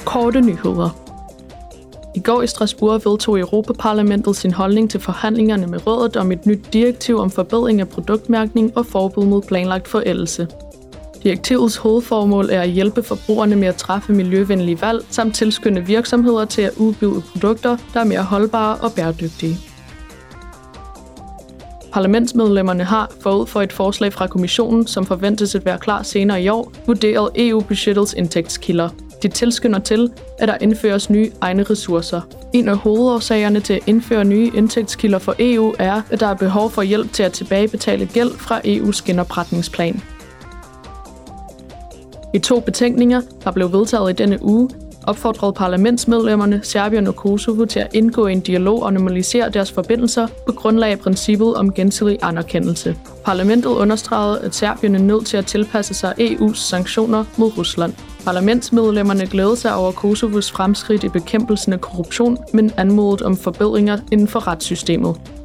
Korte nyheder. I går i Strasbourg vedtog Europaparlamentet sin holdning til forhandlingerne med rådet om et nyt direktiv om forbedring af produktmærkning og forbud mod planlagt forældelse. Direktivets hovedformål er at hjælpe forbrugerne med at træffe miljøvenlige valg, samt tilskynde virksomheder til at udbyde produkter, der er mere holdbare og bæredygtige. Parlamentsmedlemmerne har, forud for et forslag fra kommissionen, som forventes at være klar senere i år, vurderet EU-budgettets indtægtskilder. De tilskynder til, at der indføres nye egne ressourcer. En af hovedårsagerne til at indføre nye indtægtskilder for EU er, at der er behov for hjælp til at tilbagebetale gæld fra EU's genopretningsplan. I 2 betænkninger, der blev vedtaget i denne uge, opfordrede parlamentsmedlemmerne Serbien og Kosovo til at indgå i en dialog og normalisere deres forbindelser på grundlag af princippet om gensidig anerkendelse. Parlamentet understregede, at Serbien er nødt til at tilpasse sig EU's sanktioner mod Rusland. Parlamentsmedlemmerne glædede sig over Kosovos fremskridt i bekæmpelsen af korruption, men anmodede om forbedringer inden for retssystemet.